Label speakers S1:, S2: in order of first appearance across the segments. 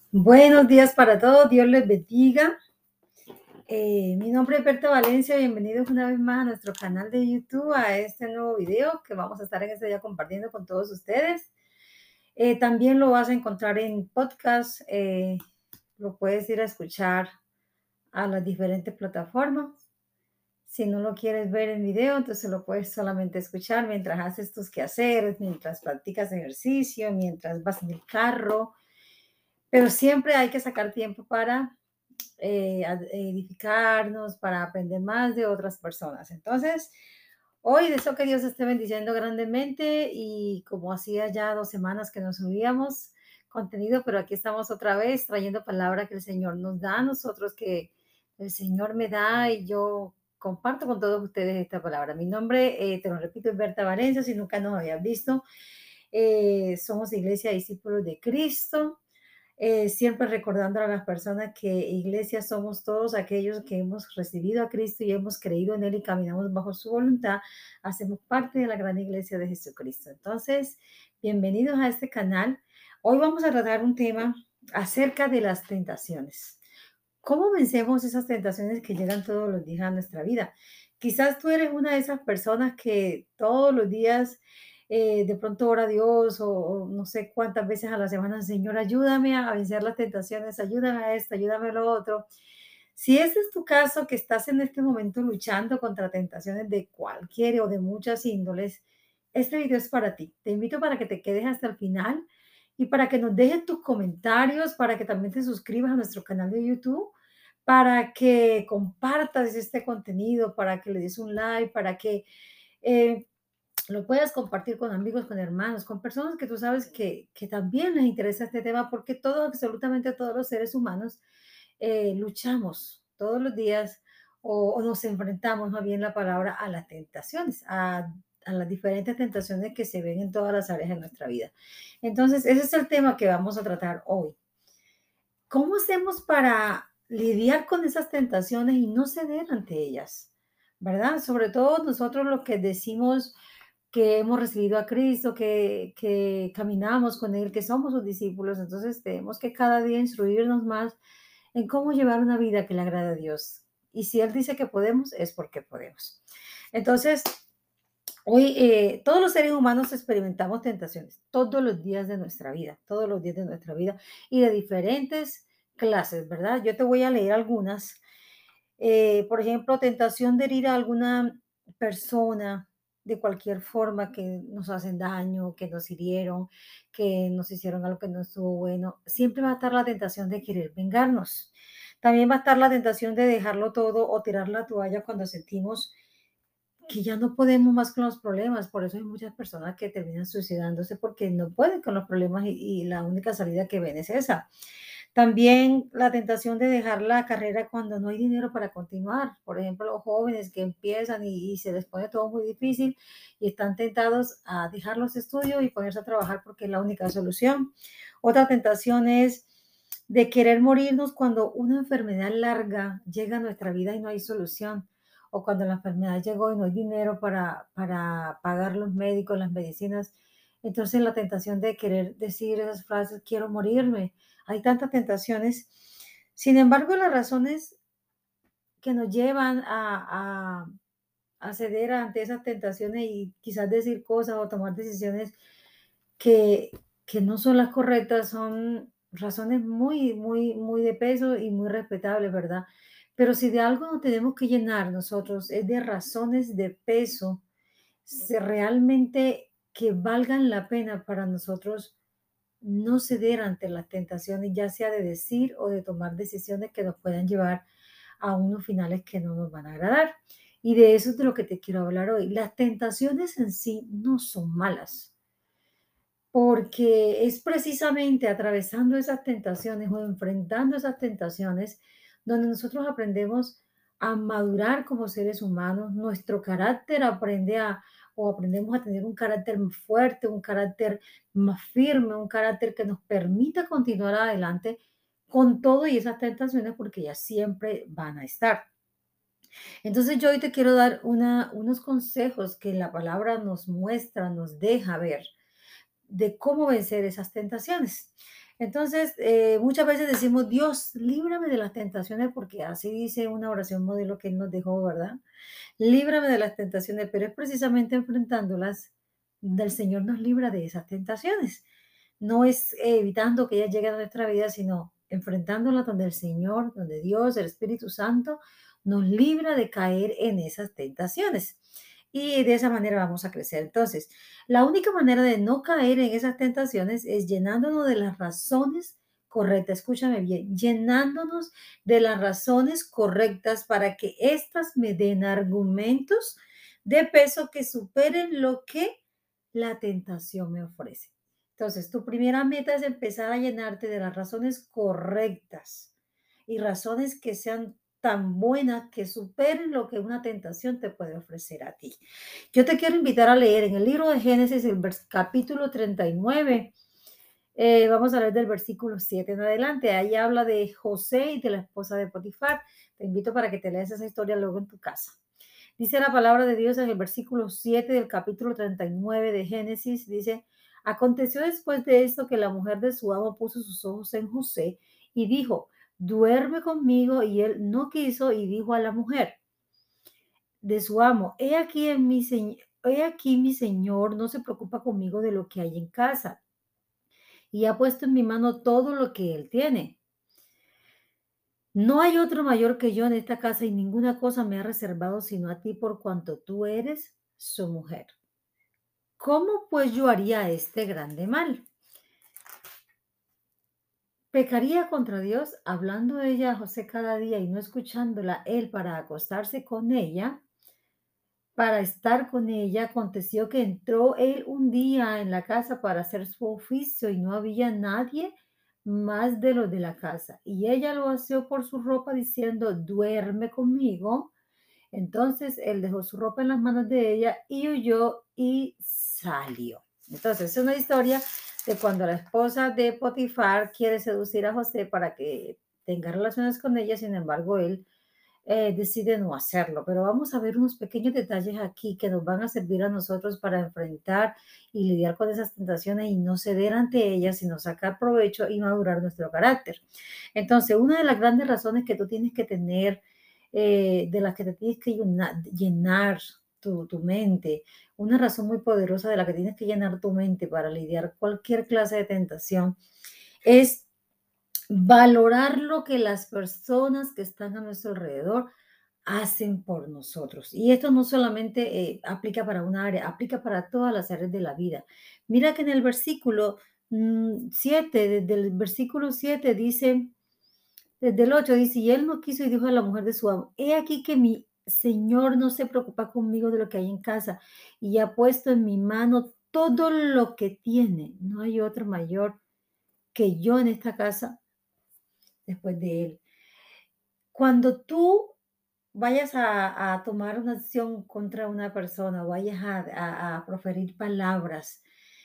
S1: Buenos días para todos, Dios les bendiga. Mi nombre es Berta Valencia, bienvenidos una vez más a nuestro canal de YouTube, a este nuevo video que vamos a estar en este día compartiendo con todos ustedes. También lo vas a encontrar en podcast, lo puedes ir a escuchar a las diferentes plataformas. Si no lo quieres ver en video, entonces lo puedes solamente escuchar mientras haces tus quehaceres, mientras practicas ejercicio, mientras vas en el carro, pero siempre hay que sacar tiempo para edificarnos, para aprender más de otras personas. Entonces, hoy deseo que Dios esté bendiciendo grandemente y como hacía ya 2 semanas que nos subíamos contenido, pero aquí estamos otra vez trayendo palabra que el Señor nos da a nosotros, que el Señor me da y yo comparto con todos ustedes esta palabra. Mi nombre, te lo repito, es Berta Valencia, si nunca nos habías visto. Somos Iglesia Discípulos de Cristo, siempre recordando a las personas que iglesia somos todos aquellos que hemos recibido a Cristo y hemos creído en Él y caminamos bajo su voluntad, hacemos parte de la gran iglesia de Jesucristo. Entonces, bienvenidos a este canal. Hoy vamos a tratar un tema acerca de las tentaciones. ¿Cómo vencemos esas tentaciones que llegan todos los días a nuestra vida? Quizás tú eres una de esas personas que todos los días de pronto ora a Dios o no sé cuántas veces a la semana, Señor, ayúdame a vencer las tentaciones, ayúdame a esto, ayúdame a lo otro. Si ese es tu caso, que estás en este momento luchando contra tentaciones de cualquier o de muchas índoles, este video es para ti. Te invito para que te quedes hasta el final y para que nos dejes tus comentarios, para que también te suscribas a nuestro canal de YouTube, para que compartas este contenido, para que le des un like, para que eh, lo puedas compartir con amigos, con hermanos, con personas que tú sabes que también les interesa este tema, porque todos, absolutamente todos los seres humanos, luchamos todos los días o nos enfrentamos, más bien la palabra, a las tentaciones, a las diferentes tentaciones que se ven en todas las áreas de nuestra vida. Entonces, ese es el tema que vamos a tratar hoy. ¿Cómo hacemos para lidiar con esas tentaciones y no ceder ante ellas? ¿Verdad? Sobre todo nosotros los que decimos que hemos recibido a Cristo, que caminamos con Él, que somos sus discípulos, entonces tenemos que cada día instruirnos más en cómo llevar una vida que le agrada a Dios. Y si Él dice que podemos, es porque podemos. Entonces, hoy todos los seres humanos experimentamos tentaciones todos los días de nuestra vida, todos los días de nuestra vida y de diferentes clases, ¿verdad? Yo te voy a leer algunas. Por ejemplo, tentación de herir a alguna persona de cualquier forma que nos hacen daño, que nos hirieron, que nos hicieron algo que no estuvo bueno. Siempre va a estar la tentación de querer vengarnos. También va a estar la tentación de dejarlo todo o tirar la toalla cuando sentimos que ya no podemos más con los problemas. Por eso hay muchas personas que terminan suicidándose porque no pueden con los problemas y la única salida que ven es esa. También la tentación de dejar la carrera cuando no hay dinero para continuar. Por ejemplo, los jóvenes que empiezan y se les pone todo muy difícil y están tentados a dejar los estudios y ponerse a trabajar porque es la única solución. Otra tentación es de querer morirnos cuando una enfermedad larga llega a nuestra vida y no hay solución, o cuando la enfermedad llegó y no hay dinero para pagar los médicos, las medicinas. Entonces la tentación de querer decir esas frases, quiero morirme. Hay tantas tentaciones. Sin embargo, las razones que nos llevan a ceder ante esas tentaciones y quizás decir cosas o tomar decisiones que, que no son las correctas son razones muy, muy, muy de peso y muy respetables, ¿verdad? Pero si de algo nos tenemos que llenar nosotros es de razones de peso, realmente que valgan la pena para nosotros no ceder ante las tentaciones, ya sea de decir o de tomar decisiones que nos puedan llevar a unos finales que no nos van a agradar. Y de eso es de lo que te quiero hablar hoy. Las tentaciones en sí no son malas, porque es precisamente atravesando esas tentaciones o enfrentando esas tentaciones donde nosotros aprendemos a madurar como seres humanos, nuestro carácter aprende a o aprendemos a tener un carácter más fuerte, un carácter más firme, un carácter que nos permita continuar adelante con todo y esas tentaciones porque ya siempre van a estar. Entonces yo hoy te quiero dar unos consejos que la palabra nos muestra, nos deja ver de cómo vencer esas tentaciones. Entonces, muchas veces decimos, Dios, líbrame de las tentaciones, porque así dice una oración modelo que Él nos dejó, ¿verdad? Líbrame de las tentaciones, pero es precisamente enfrentándolas del Señor nos libra de esas tentaciones. No es evitando que ellas lleguen a nuestra vida, sino enfrentándolas donde el Señor, donde Dios, el Espíritu Santo, nos libra de caer en esas tentaciones. Y de esa manera vamos a crecer. Entonces, la única manera de no caer en esas tentaciones es llenándonos de las razones correctas. Escúchame bien, llenándonos de las razones correctas para que éstas me den argumentos de peso que superen lo que la tentación me ofrece. Entonces, tu primera meta es empezar a llenarte de las razones correctas y razones que sean tan buenas que superen lo que una tentación te puede ofrecer a ti. Yo te quiero invitar a leer en el libro de Génesis, el capítulo 39. Vamos a leer del versículo 7 en adelante. Ahí habla de José y de la esposa de Potifar. Te invito para que te leas esa historia luego en tu casa. Dice la palabra de Dios en el versículo 7 del capítulo 39 de Génesis. Dice, aconteció después de esto que la mujer de su amo puso sus ojos en José y dijo, duerme conmigo. Y él no quiso y dijo a la mujer de su amo, he aquí mi señor no se preocupa conmigo de lo que hay en casa y ha puesto en mi mano todo lo que él tiene. No hay otro mayor que yo en esta casa y ninguna cosa me ha reservado sino a ti por cuanto tú eres su mujer. ¿Cómo pues yo haría este grande mal? ¿Pecaría contra Dios hablando ella a José cada día y no escuchándola él para acostarse con ella? Para estar con ella, aconteció que entró él un día en la casa para hacer su oficio y no había nadie más de los de la casa. Y ella lo asió por su ropa diciendo, duerme conmigo. Entonces él dejó su ropa en las manos de ella y huyó y salió. Entonces es una historia de cuando la esposa de Potifar quiere seducir a José para que tenga relaciones con ella, sin embargo él decide no hacerlo. Pero vamos a ver unos pequeños detalles aquí que nos van a servir a nosotros para enfrentar y lidiar con esas tentaciones y no ceder ante ellas, sino sacar provecho y madurar nuestro carácter. Entonces, una de las grandes razones que tú tienes que tener, de las que te tienes que llenar tu mente, una razón muy poderosa de la que tienes que llenar tu mente para lidiar cualquier clase de tentación, es valorar lo que las personas que están a nuestro alrededor hacen por nosotros. Y esto no solamente aplica para una área, aplica para todas las áreas de la vida. Mira que en el versículo 7, desde el versículo 7 dice, desde el 8 dice, y él no quiso y dijo a la mujer de su amo, he aquí que mi señor no se preocupa conmigo de lo que hay en casa y ha puesto en mi mano todo lo que tiene. No hay otro mayor que yo en esta casa después de él. Cuando tú vayas a tomar una acción contra una persona o vayas a proferir palabras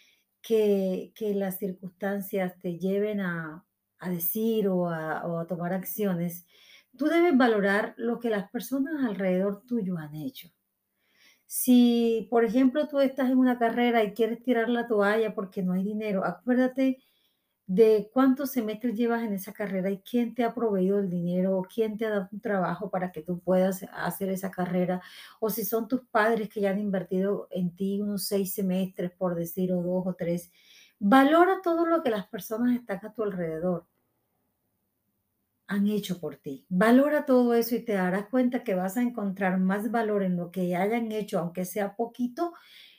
S1: que las circunstancias te lleven a decir o a tomar acciones, tú debes valorar lo que las personas alrededor tuyo han hecho. Si, por ejemplo, tú estás en una carrera y quieres tirar la toalla porque no hay dinero, acuérdate de cuántos semestres llevas en esa carrera y quién te ha proveído el dinero o quién te ha dado un trabajo para que tú puedas hacer esa carrera, o si son tus padres que ya han invertido en ti unos 6 semestres, por decir, o 2 o 3. Valora todo lo que las personas están a tu alrededor han hecho por ti. Valora todo eso y te darás cuenta que vas a encontrar más valor en lo que hayan hecho, aunque sea poquito,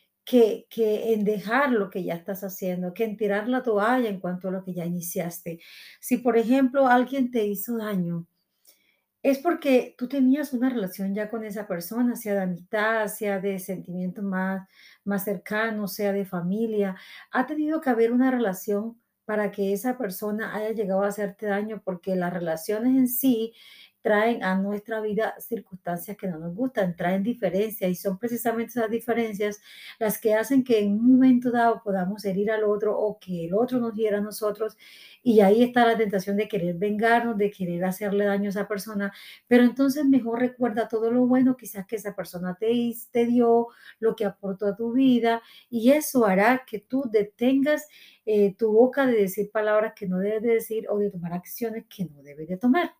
S1: que en dejar lo que ya estás haciendo, que en tirar la toalla en cuanto a lo que ya iniciaste. Si, por ejemplo, alguien te hizo daño, es porque tú tenías una relación ya con esa persona, sea de amistad, sea de sentimientos más cercanos, sea de familia. Ha tenido que haber una relación para que esa persona haya llegado a hacerte daño, porque las relaciones en sí traen a nuestra vida circunstancias que no nos gustan, traen diferencias y son precisamente esas diferencias las que hacen que en un momento dado podamos herir al otro o que el otro nos hiera a nosotros. Y ahí está la tentación de querer vengarnos, de querer hacerle daño a esa persona, pero entonces mejor recuerda todo lo bueno quizás que esa persona te dio, lo que aportó a tu vida, y eso hará que tú detengas tu boca de decir palabras que no debes de decir o de tomar acciones que no debes de tomar.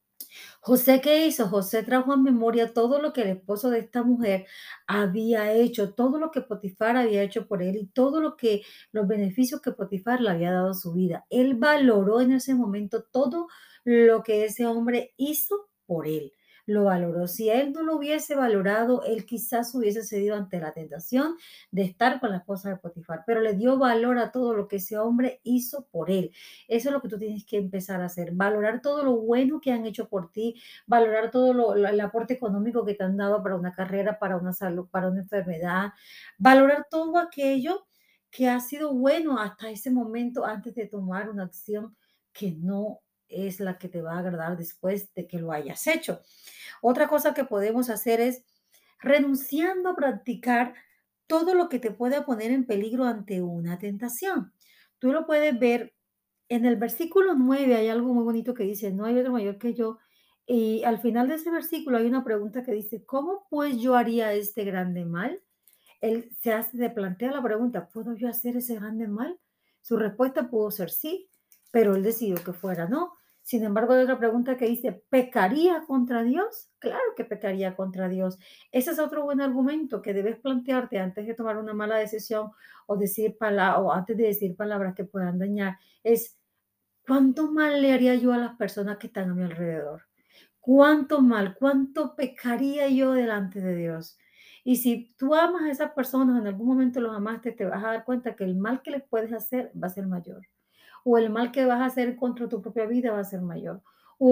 S1: José, ¿qué hizo? José trajo a memoria todo lo que el esposo de esta mujer había hecho, todo lo que Potifar había hecho por él y todo lo que los beneficios que Potifar le había dado a su vida. Él valoró en ese momento todo lo que ese hombre hizo por él. Lo valoró. Si él no lo hubiese valorado, él quizás hubiese cedido ante la tentación de estar con la esposa de Potifar, pero le dio valor a todo lo que ese hombre hizo por él. Eso es lo que tú tienes que empezar a hacer, valorar todo lo bueno que han hecho por ti, valorar todo el aporte económico que te han dado para una carrera, para una salud, para una enfermedad, valorar todo aquello que ha sido bueno hasta ese momento antes de tomar una acción que no es la que te va a agradar después de que lo hayas hecho. Otra cosa que podemos hacer es renunciando a practicar todo lo que te pueda poner en peligro ante una tentación. Tú lo puedes ver en el versículo 9 hay algo muy bonito que dice, no hay otro mayor que yo. Y al final de ese versículo hay una pregunta que dice, ¿cómo pues yo haría este grande mal? Él se plantea la pregunta, ¿puedo yo hacer ese grande mal? Su respuesta pudo ser sí, pero él decidió que fuera no. Sin embargo, hay otra pregunta que dice, ¿pecaría contra Dios? Claro que pecaría contra Dios. Ese es otro buen argumento que debes plantearte antes de tomar una mala decisión o o antes de decir palabras que puedan dañar. Es ¿cuánto mal le haría yo a las personas que están a mi alrededor? ¿Cuánto mal, cuánto pecaría yo delante de Dios? Y si tú amas a esas personas, en algún momento los amaste, te vas a dar cuenta que el mal que les puedes hacer va a ser mayor. O el mal que vas a hacer contra tu propia vida va a ser mayor.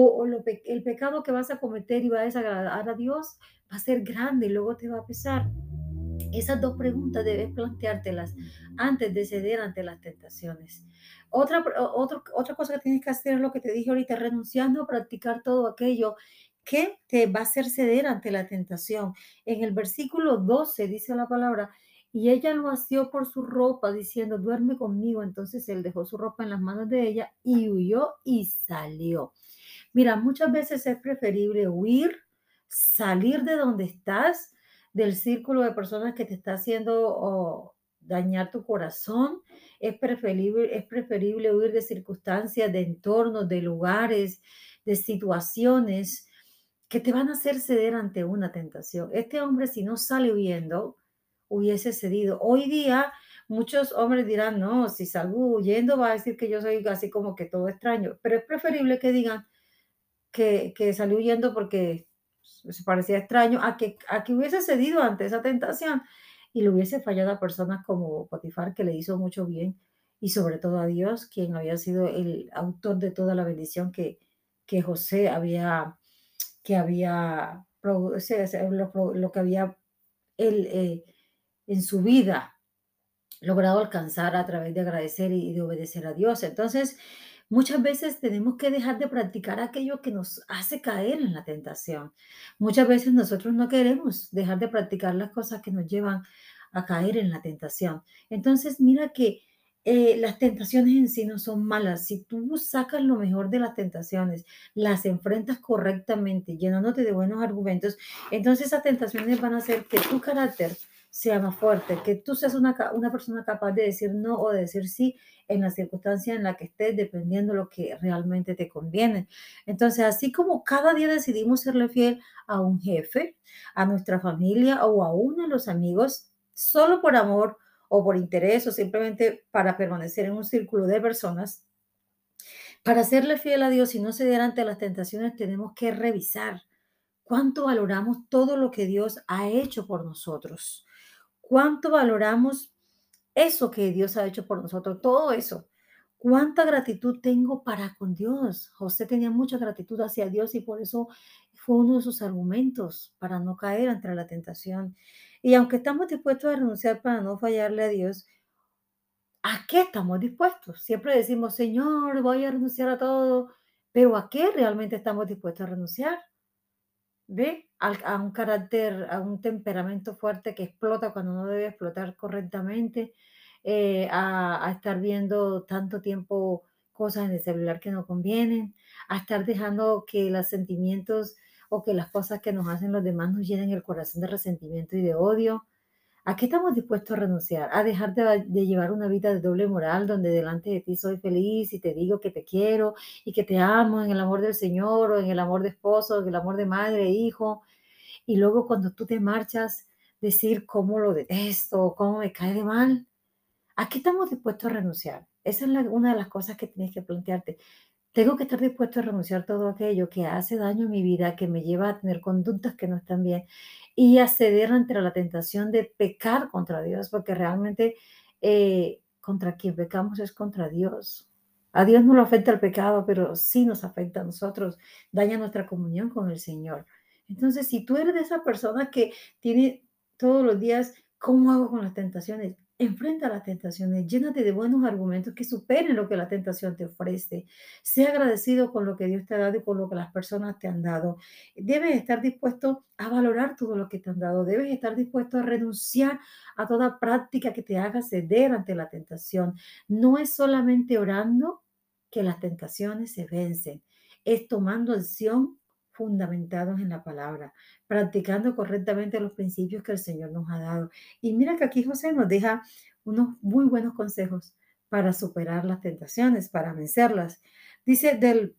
S1: El pecado que vas a cometer y va a desagradar a Dios va a ser grande y luego te va a pesar. Esas dos preguntas debes planteártelas antes de ceder ante las tentaciones. Otra cosa que tienes que hacer es lo que te dije ahorita, renunciando a practicar todo aquello que te va a hacer ceder ante la tentación. En el versículo 12 dice la palabra, y ella lo asió por su ropa, diciendo, duerme conmigo. Entonces él dejó su ropa en las manos de ella y huyó y salió. Mira, muchas veces es preferible huir, salir de donde estás, del círculo de personas que te está haciendo dañar tu corazón. Es preferible huir de circunstancias, de entornos, de lugares, de situaciones que te van a hacer ceder ante una tentación. Este hombre, si no sale huyendo, hubiese cedido. Hoy día, muchos hombres dirán, no, si salgo huyendo va a decir que yo soy así como que todo extraño, pero es preferible que digan, que salió huyendo porque se parecía extraño, a que hubiese cedido ante esa tentación y le hubiese fallado a personas como Potifar, que le hizo mucho bien, y sobre todo a Dios, quien había sido el autor de toda la bendición que José lo que había él en su vida logrado alcanzar a través de agradecer y de obedecer a Dios. Entonces, muchas veces tenemos que dejar de practicar aquello que nos hace caer en la tentación. Muchas veces nosotros no queremos dejar de practicar las cosas que nos llevan a caer en la tentación. Entonces, mira que las tentaciones en sí no son malas. Si tú sacas lo mejor de las tentaciones, las enfrentas correctamente, llenándote de buenos argumentos, entonces esas tentaciones van a hacer que tu carácter sea más fuerte, que tú seas una persona capaz de decir no o de decir sí en la circunstancia en la que estés, dependiendo lo que realmente te conviene. Entonces, así como cada día decidimos serle fiel a un jefe, a nuestra familia o a uno de los amigos, solo por amor o por interés o simplemente para permanecer en un círculo de personas, para serle fiel a Dios y no ceder ante las tentaciones, tenemos que revisar cuánto valoramos todo lo que Dios ha hecho por nosotros. ¿Cuánto valoramos eso que Dios ha hecho por nosotros? Todo eso. ¿Cuánta gratitud tengo para con Dios? José tenía mucha gratitud hacia Dios y por eso fue uno de sus argumentos para no caer ante la tentación. Y aunque estamos dispuestos a renunciar para no fallarle a Dios, ¿a qué estamos dispuestos? Siempre decimos, Señor, voy a renunciar a todo. pero ¿a qué realmente estamos dispuestos a renunciar? ¿Ve? A un carácter, a un temperamento fuerte que explota cuando no debe explotar correctamente, a estar viendo tanto tiempo cosas en el celular que no convienen, a estar dejando que los sentimientos o que las cosas que nos hacen los demás nos llenen el corazón de resentimiento y de odio. ¿A qué estamos dispuestos a renunciar? A dejar de llevar una vida de doble moral, donde delante de ti soy feliz y te digo que te quiero y que te amo en el amor del Señor o en el amor de esposo, en el amor de madre e hijo, y luego cuando tú te marchas, decir cómo lo detesto, cómo me cae de mal. ¿A qué estamos dispuestos a renunciar? Esa es una de las cosas que tienes que plantearte. Tengo que estar dispuesto a renunciar todo aquello que hace daño en mi vida, que me lleva a tener conductas que no están bien y a ceder ante la tentación de pecar contra Dios, porque realmente contra quien pecamos es contra Dios. A Dios no lo afecta el pecado, pero sí nos afecta a nosotros, daña nuestra comunión con el Señor. Entonces, si tú eres de esa persona que tiene todos los días, ¿cómo hago con las tentaciones? Enfrenta las tentaciones, llénate de buenos argumentos que superen lo que la tentación te ofrece. Sea agradecido con lo que Dios te ha dado y con lo que las personas te han dado. Debes estar dispuesto a valorar todo lo que te han dado. Debes estar dispuesto a renunciar a toda práctica que te haga ceder ante la tentación. No es solamente orando que las tentaciones se vencen, es tomando acción fundamentados en la palabra, practicando correctamente los principios que el Señor nos ha dado. Y mira que aquí José nos deja unos muy buenos consejos para superar las tentaciones, para vencerlas. Dice,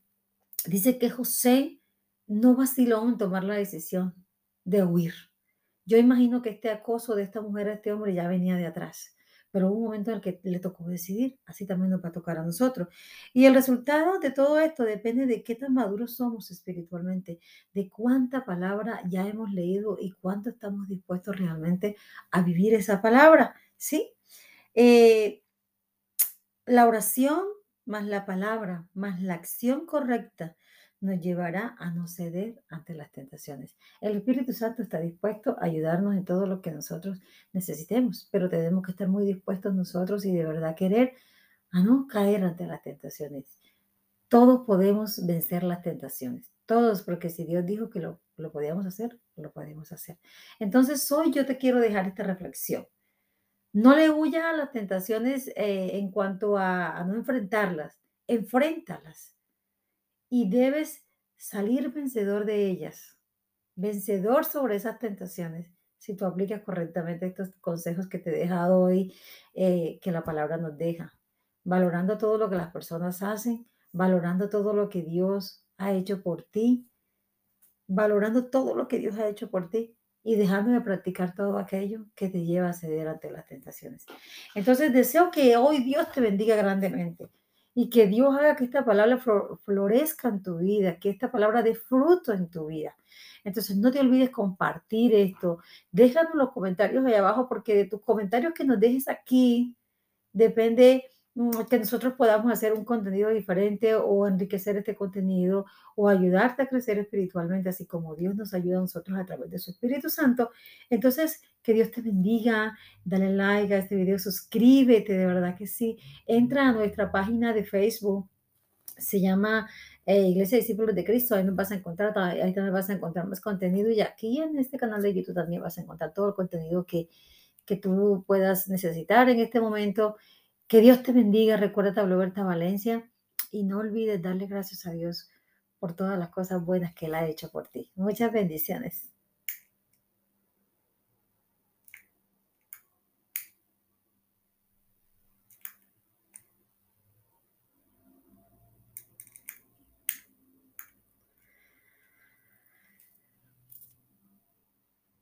S1: dice que José no vaciló en tomar la decisión de huir. Yo imagino que este acoso de esta mujer a este hombre ya venía de atrás, pero hubo un momento en el que le tocó decidir, así también nos va a tocar a nosotros. Y el resultado de todo esto depende de qué tan maduros somos espiritualmente, de cuánta palabra ya hemos leído y cuánto estamos dispuestos realmente a vivir esa palabra, ¿sí? Eh, la oración más la palabra, más la acción correcta, nos llevará a no ceder ante las tentaciones. El Espíritu Santo está dispuesto a ayudarnos en todo lo que nosotros necesitemos, pero tenemos que estar muy dispuestos nosotros y de verdad querer a no caer ante las tentaciones. Todos podemos vencer las tentaciones, todos, porque si Dios dijo que lo podíamos hacer, lo podemos hacer. Entonces, hoy yo te quiero dejar esta reflexión. No le huyas a las tentaciones en cuanto a no enfrentarlas, enfréntalas y debes salir vencedor de ellas, vencedor sobre esas tentaciones, si tú aplicas correctamente estos consejos que te he dejado hoy, que la palabra nos deja, valorando todo lo que las personas hacen, valorando todo lo que Dios ha hecho por ti, valorando todo lo que Dios ha hecho por ti y dejando de practicar todo aquello que te lleva a ceder ante las tentaciones. Entonces deseo que hoy Dios te bendiga grandemente y que Dios haga que esta palabra florezca en tu vida, que esta palabra dé fruto en tu vida. Entonces no te olvides compartir esto. Déjanos los comentarios ahí abajo porque de tus comentarios que nos dejes aquí depende que nosotros podamos hacer un contenido diferente o enriquecer este contenido o ayudarte a crecer espiritualmente, así como Dios nos ayuda a nosotros a través de su Espíritu Santo. Entonces, que Dios te bendiga, dale like a este video, suscríbete, de verdad que sí. Entra a nuestra página de Facebook, se llama Iglesia de Discípulos de Cristo, ahí nos vas a encontrar, ahí también vas a encontrar más contenido y aquí en este canal de YouTube también vas a encontrar todo el contenido que tú puedas necesitar en este momento. Que Dios te bendiga. Recuerda Berta Valencia y no olvides darle gracias a Dios por todas las cosas buenas que Él ha hecho por ti. Muchas bendiciones.